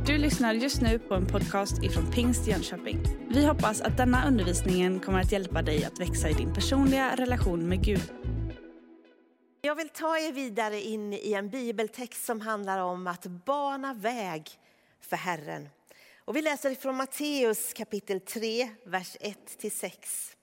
Du lyssnar just nu på en podcast ifrån Pingst Jönköping. Vi hoppas att denna undervisning kommer att hjälpa dig att växa i din personliga relation med Gud. Jag vill ta er vidare in i en bibeltext som handlar om att bana väg för Herren. Och vi läser från Matteus kapitel 3, vers 1-6.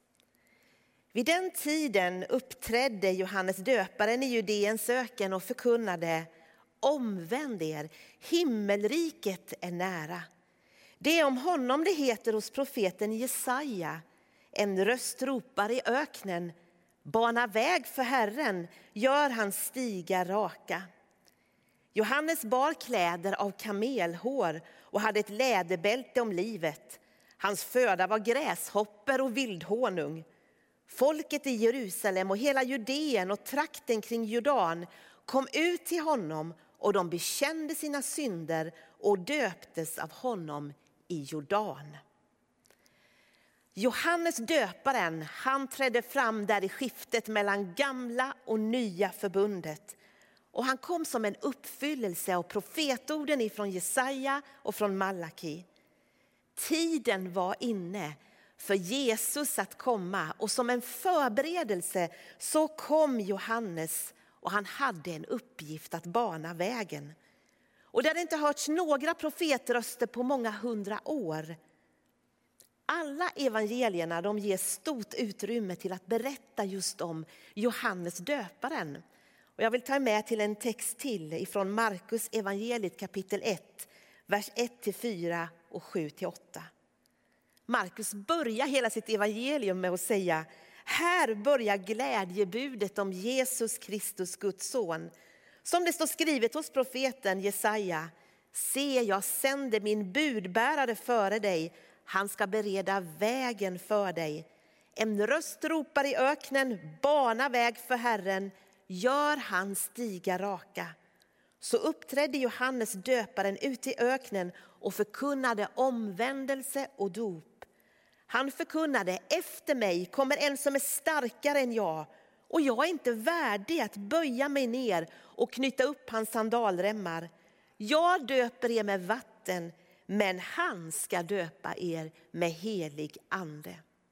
Vid den tiden uppträdde Johannes döparen i Judeens öken och förkunnade: omvänd er, himmelriket är nära. Det är om honom det heter hos profeten Jesaja: en röst ropar i öknen, bana väg för Herren, gör hans stigar raka. Johannes bar kläder av kamelhår och hade ett läderbälte om livet. Hans föda var gräshopper och vildhonung. Folket i Jerusalem och hela Judeen och trakten kring Jordan kom ut till honom, och de bekände sina synder och döptes av honom i Jordan. Johannes döparen, han trädde fram där i skiftet mellan gamla och nya förbundet. Och han kom som en uppfyllelse av profetorden ifrån Jesaja och från Malaki. Tiden var inne för Jesus att komma, och som en förberedelse så kom Johannes, och han hade en uppgift att bana vägen. Och det hade inte hörts några profetröster på många 100 år. Alla evangelierna, de ger stort utrymme till att berätta just om Johannes döparen. Och jag vill ta med till en text till ifrån Markus evangeliet kapitel 1, vers 1-4 och 7-8. Markus börjar hela sitt evangelium med att säga: här börjar glädjebudet om Jesus Kristus, Guds son. Som det står skrivet hos profeten Jesaja: se, jag sänder min budbärare före dig. Han ska bereda vägen för dig. En röst ropar i öknen, bana väg för Herren, gör hans stigar raka. Så uppträdde Johannes döparen ut i öknen och förkunnade omvändelse och dop. Han förkunnade: efter mig kommer en som är starkare än jag, och jag är inte värdig att böja mig ner och knyta upp hans sandalremmar. Jag döper er med vatten, men han ska döpa er med helig ande.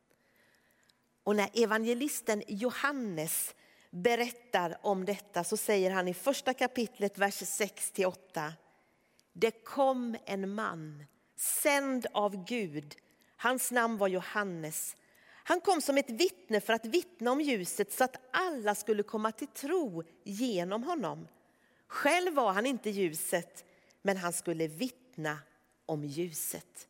Och när evangelisten Johannes berättar om detta så säger han i första kapitlet, vers 6-8. Det kom en man, sänd av Gud. Hans namn var Johannes. Han kom som ett vittne för att vittna om ljuset, så att alla skulle komma till tro genom honom. Själv var han inte ljuset, men han skulle vittna om ljuset.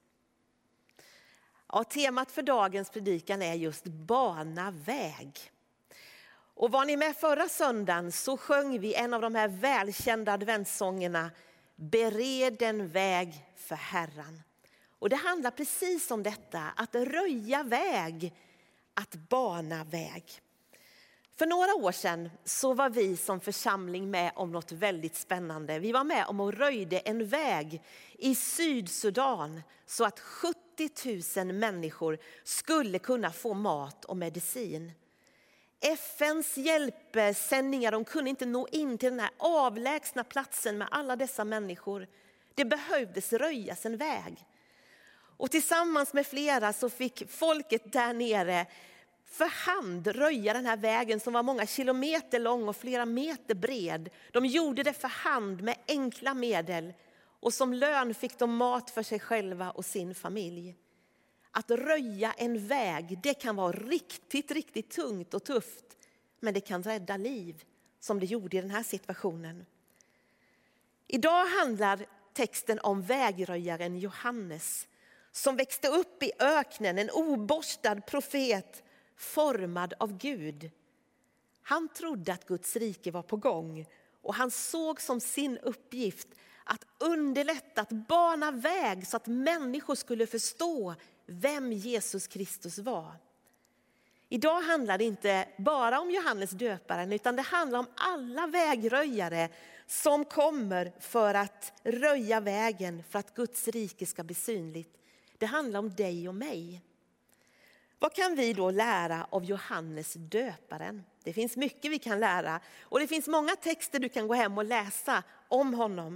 Ja, temat för dagens predikan är just bana väg. Och var ni med förra söndagen så sjöng vi en av de här välkända adventssångerna, Bered en väg för Herren. Och det handlar precis om detta, att röja väg, att bana väg. För några år sedan så var vi som församling med om något väldigt spännande. Vi var med om att röjde en väg i Sydsudan så att 70 000 människor skulle kunna få mat och medicin. FNs hjälpsändningar, de kunde inte nå in till den här avlägsna platsen med alla dessa människor. Det behövdes röjas en väg. Och tillsammans med flera så fick folket där nere för hand röja den här vägen som var många kilometer lång och flera meter bred. De gjorde det för hand med enkla medel, och som lön fick de mat för sig själva och sin familj. Att röja en väg, det kan vara riktigt tungt och tufft, men det kan rädda liv, som det gjorde i den här situationen. Idag handlar texten om vägröjaren Johannes, som växte upp i öknen, en oborstad profet formad av Gud. Han trodde att Guds rike var på gång, och han såg som sin uppgift att underlätta, att bana väg så att människor skulle förstå vem Jesus Kristus var. Idag handlar det inte bara om Johannes döparen, utan det handlar om alla vägröjare som kommer för att röja vägen för att Guds rike ska bli synligt. Det handlar om dig och mig. Vad kan vi då lära av Johannes döparen? Det finns mycket vi kan lära, och det finns många texter du kan gå hem och läsa om honom.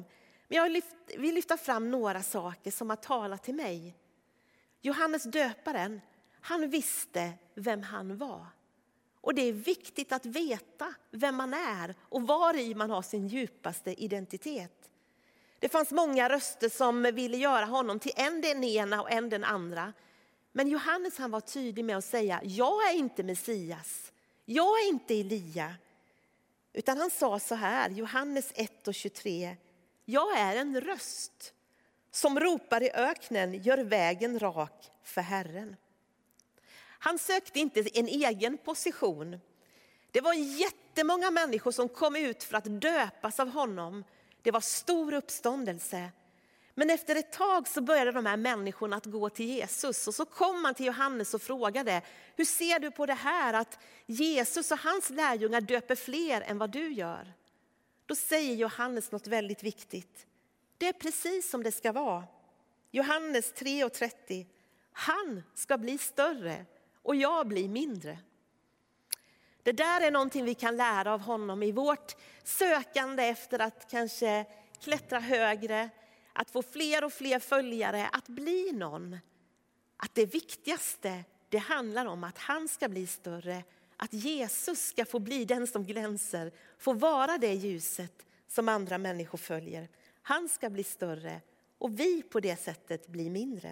Men jag vill lyfta fram några saker som har talat till mig. Johannes döparen, han visste vem han var. Och det är viktigt att veta vem man är och var i man har sin djupaste identitet. Det fanns många röster som ville göra honom till en den ena och en den andra. Men Johannes, han var tydlig med att säga, jag är inte Messias, jag är inte Elia. Utan han sa så här, Johannes 1:23, jag är en röst som ropar i öknen, gör vägen rak för Herren. Han sökte inte en egen position. Det var jättemånga människor som kom ut för att döpas av honom. Det var stor uppståndelse. Men efter ett tag så började de här människorna att gå till Jesus. Och så kom man till Johannes och frågade, hur ser du på det här att Jesus och hans lärjungar döper fler än vad du gör? Då säger Johannes något väldigt viktigt. Det är precis som det ska vara. Johannes 3:30. Han ska bli större och jag blir mindre. Det där är någonting vi kan lära av honom i vårt sökande efter att kanske klättra högre, att få fler och fler följare, att bli någon. Att det viktigaste, det handlar om att han ska bli större, att Jesus ska få bli den som glänser, få vara det ljuset som andra människor följer. Han ska bli större och vi på det sättet blir mindre.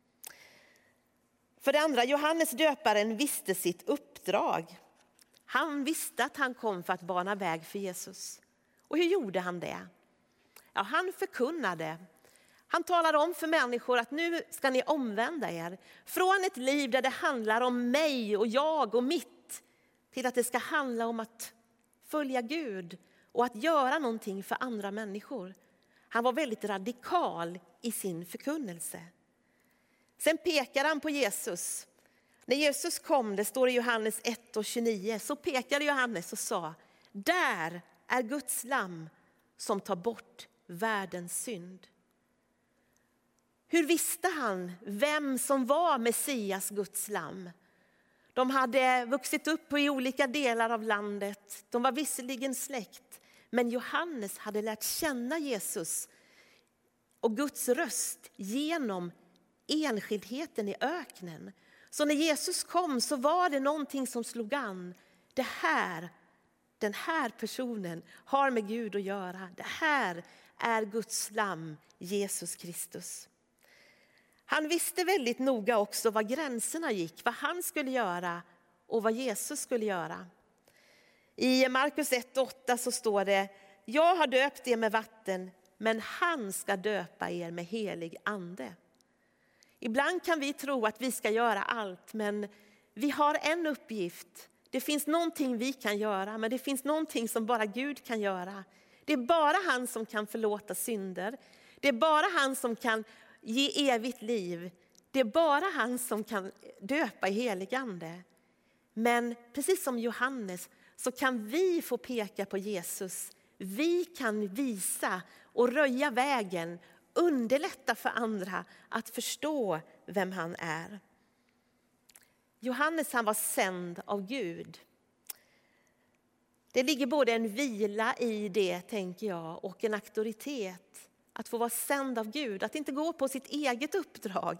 För det andra, Johannes döparen visste sitt uppdrag. Han visste att han kom för att bana väg för Jesus. Och hur gjorde han det? Ja, han förkunnade. Han talade om för människor att nu ska ni omvända er. Från ett liv där det handlar om mig och jag och mitt, till att det ska handla om att följa Gud och att göra någonting för andra människor. Han var väldigt radikal i sin förkunnelse. Sen pekar han på Jesus. När Jesus kom, det står i Johannes 1:29, så pekade Johannes och sa, där är Guds lamm som tar bort världens synd. Hur visste han vem som var Messias, Guds lamm? De hade vuxit upp i olika delar av landet. De var visserligen släkt, men Johannes hade lärt känna Jesus och Guds röst genom enskildheten i öknen. Så när Jesus kom så var det någonting som slog an. Den här personen har med Gud att göra. Det här är Guds lamm, Jesus Kristus. Han visste väldigt noga också var gränserna gick, vad han skulle göra och vad Jesus skulle göra. I Markus 1:8 så står det, jag har döpt er med vatten, men han ska döpa er med helig ande. Ibland kan vi tro att vi ska göra allt, men vi har en uppgift. Det finns någonting vi kan göra, men det finns någonting som bara Gud kan göra. Det är bara han som kan förlåta synder. Det är bara han som kan ge evigt liv. Det är bara han som kan döpa i helig ande. Men precis som Johannes så kan vi få peka på Jesus. Vi kan visa och röja vägen, underlätta för andra att förstå vem han är. Johannes, han var sänd av Gud. Det ligger både en vila i det, tänker jag, och en auktoritet. Att få vara sänd av Gud, att inte gå på sitt eget uppdrag.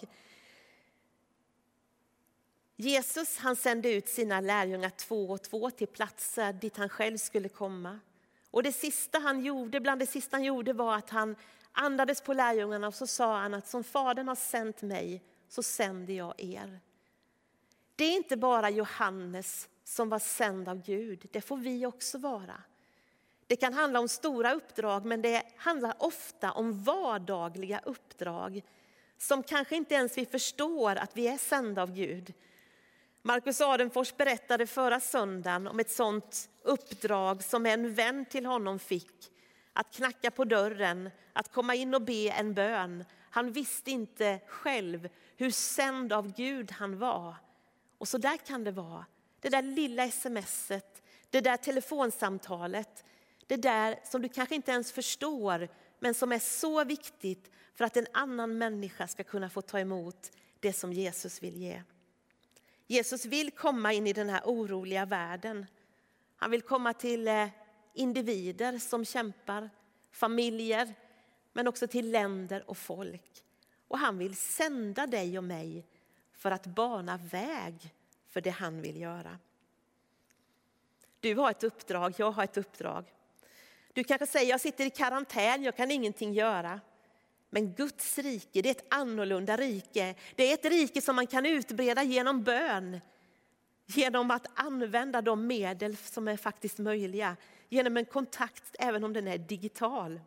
Jesus, han sände ut sina lärjungar 2 och 2 till platser dit han själv skulle komma. Och bland det sista han gjorde var att han andades på lärjungarna och så sa han att som Fadern har sänt mig så sänder jag er. Det är inte bara Johannes som var sänd av Gud, det får vi också vara. Det kan handla om stora uppdrag, men det handlar ofta om vardagliga uppdrag som kanske inte ens vi förstår att vi är sända av Gud. Marcus Adenfors berättade förra söndagen om ett sådant uppdrag som en vän till honom fick. Att knacka på dörren, att komma in och be en bön. Han visste inte själv hur sänd av Gud han var. Och så där kan det vara. Det där lilla sms:et, det där telefonsamtalet. Det där som du kanske inte ens förstår, men som är så viktigt för att en annan människa ska kunna få ta emot det som Jesus vill ge. Jesus vill komma in i den här oroliga världen. Han vill komma till individer som kämpar, familjer men också till länder och folk. Och han vill sända dig och mig för att bana väg för det han vill göra. Du har ett uppdrag, jag har ett uppdrag. Du kanske säger, jag sitter i karantän, jag kan ingenting göra. Men Guds rike, det är ett annorlunda rike. Det är ett rike som man kan utbreda genom bön. Genom att använda de medel som är faktiskt möjliga. Genom en kontakt, även om den är digital.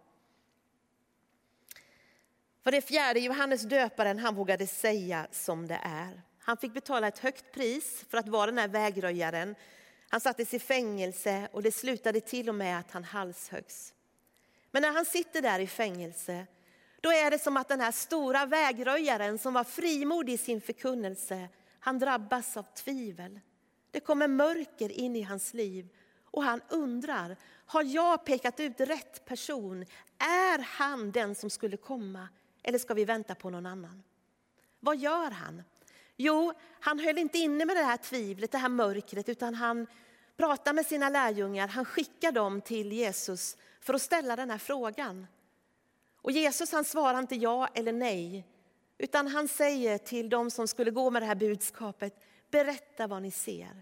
För det fjärde, Johannes döparen, han vågade säga som det är. Han fick betala ett högt pris för att vara den här vägröjaren. Han sattes i fängelse och det slutade till och med att han halshöggs. Men när han sitter där i fängelse, då är det som att den här stora vägröjaren som var frimodig i sin förkunnelse, han drabbas av tvivel. Det kommer mörker in i hans liv och han undrar, har jag pekat ut rätt person? Är han den som skulle komma eller ska vi vänta på någon annan? Vad gör han? Jo, han höll inte inne med det här tvivlet, det här mörkret, utan han pratar med sina lärjungar. Han skickar dem till Jesus för att ställa den här frågan. Och Jesus, han svarar inte ja eller nej, utan han säger till de som skulle gå med det här budskapet, berätta vad ni ser.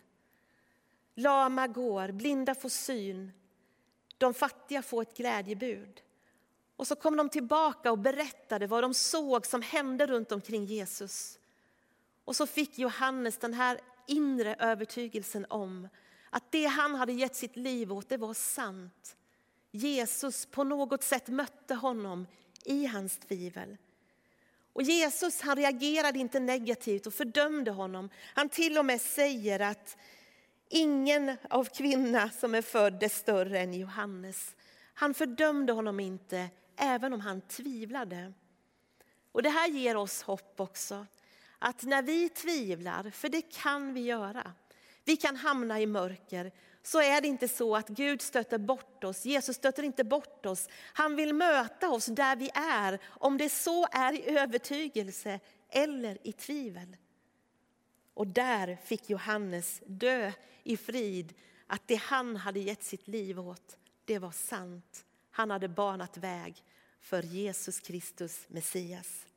Lama går, blinda får syn, de fattiga får ett glädjebud. Och så kom de tillbaka och berättade vad de såg som hände runt omkring Jesus. Och så fick Johannes den här inre övertygelsen om att det han hade gett sitt liv åt, det var sant. Jesus på något sätt mötte honom i hans tvivel. Och Jesus, han reagerade inte negativt och fördömde honom. Han till och med säger att ingen av kvinna som är född är större än Johannes. Han fördömde honom inte, även om han tvivlade. Och det här ger oss hopp också. Att när vi tvivlar, för det kan vi göra, vi kan hamna i mörker, så är det inte så att Gud stöter bort oss. Jesus stöter inte bort oss. Han vill möta oss där vi är, om det så är i övertygelse eller i tvivel. Och där fick Johannes dö i frid, att det han hade gett sitt liv åt, det var sant. Han hade banat väg för Jesus Kristus, Messias.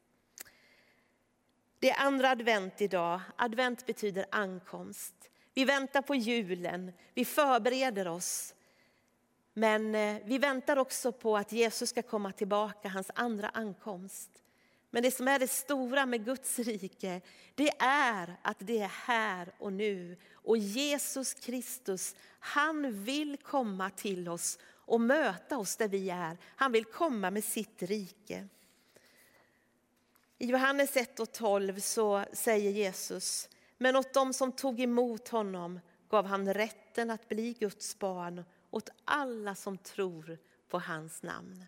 Det är andra advent idag. Advent betyder ankomst. Vi väntar på julen, vi förbereder oss. Men vi väntar också på att Jesus ska komma tillbaka, hans andra ankomst. Men det som är det stora med Guds rike, det är att det är här och nu. Och Jesus Kristus, han vill komma till oss och möta oss där vi är. Han vill komma med sitt rike. I Johannes 1:12 så säger Jesus, men åt dem som tog emot honom gav han rätten att bli Guds barn, åt alla som tror på hans namn.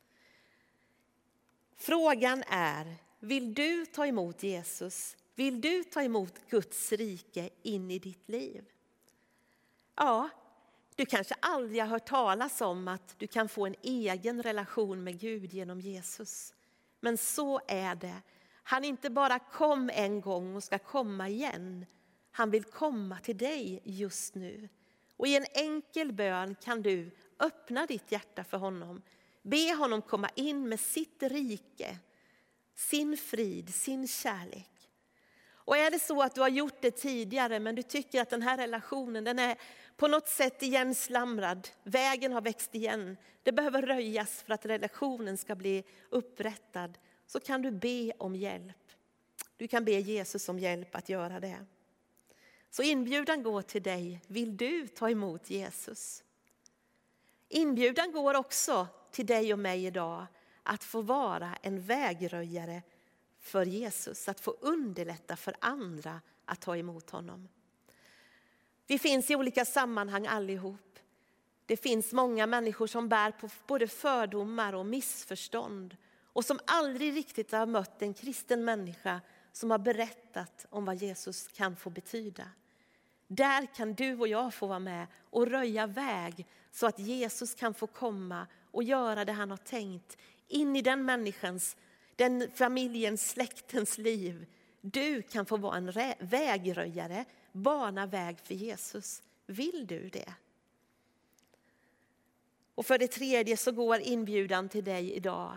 Frågan är, vill du ta emot Jesus? Vill du ta emot Guds rike in i ditt liv? Ja, du kanske aldrig har hört talas om att du kan få en egen relation med Gud genom Jesus. Men så är det. Han inte bara kom en gång och ska komma igen. Han vill komma till dig just nu. Och i en enkel bön kan du öppna ditt hjärta för honom. Be honom komma in med sitt rike, sin frid, sin kärlek. Och är det så att du har gjort det tidigare men du tycker att den här relationen, den är på något sätt igenslamrad. Vägen har växt igen. Det behöver röjas för att relationen ska bli upprättad. Så kan du be om hjälp. Du kan be Jesus om hjälp att göra det. Så inbjudan går till dig. Vill du ta emot Jesus? Inbjudan går också till dig och mig idag att få vara en vägröjare för Jesus. Att få underlätta för andra att ta emot honom. Vi finns i olika sammanhang allihop. Det finns många människor som bär på både fördomar och missförstånd. Och som aldrig riktigt har mött en kristen människa som har berättat om vad Jesus kan få betyda. Där kan du och jag få vara med och röja väg så att Jesus kan få komma och göra det han har tänkt in i den människans, den familjens, släktens liv. Du kan få vara en vägröjare, bana väg för Jesus. Vill du det? Och för det tredje så går inbjudan till dig idag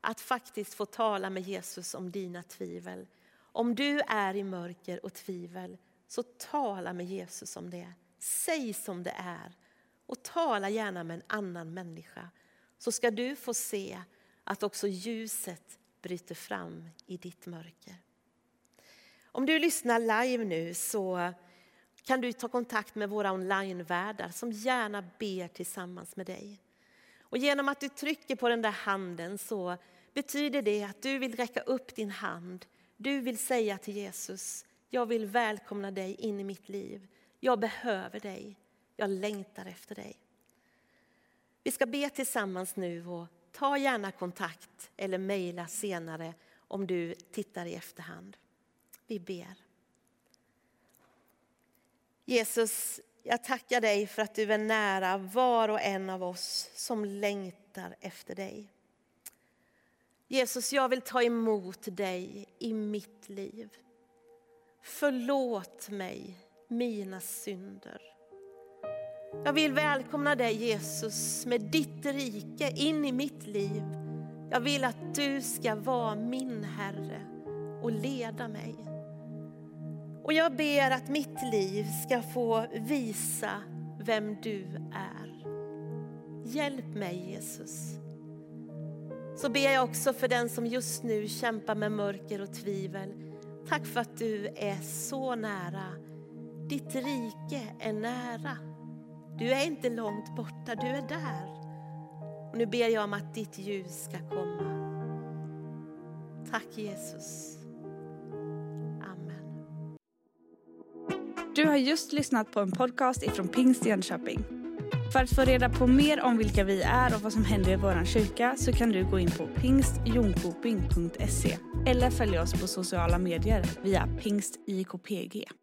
att faktiskt få tala med Jesus om dina tvivel. Om du är i mörker och tvivel, så tala med Jesus om det. Säg som det är och tala gärna med en annan människa. Så ska du få se att också ljuset bryter fram i ditt mörker. Om du lyssnar live nu så kan du ta kontakt med våra onlinevärdar som gärna ber tillsammans med dig. Och genom att du trycker på den där handen så betyder det att du vill räcka upp din hand. Du vill säga till Jesus, jag vill välkomna dig in i mitt liv. Jag behöver dig. Jag längtar efter dig. Vi ska be tillsammans nu och ta gärna kontakt eller mejla senare om du tittar i efterhand. Vi ber. Jesus, jag tackar dig för att du är nära var och en av oss som längtar efter dig. Jesus, jag vill ta emot dig i mitt liv. Förlåt mig mina synder. Jag vill välkomna dig Jesus med ditt rike in i mitt liv. Jag vill att du ska vara min Herre och leda mig. Och jag ber att mitt liv ska få visa vem du är. Hjälp mig Jesus. Så ber jag också för den som just nu kämpar med mörker och tvivel. Tack för att du är så nära. Ditt rike är nära. Du är inte långt borta, du är där. Och nu ber jag om att ditt ljus ska komma. Tack Jesus. Amen. Du har just lyssnat på en podcast ifrån Pingst Jönköping. För att få reda på mer om vilka vi är och vad som händer i vår kyrka så kan du gå in på pingstjonkoping.se eller följa oss på sociala medier via pingstjkpg.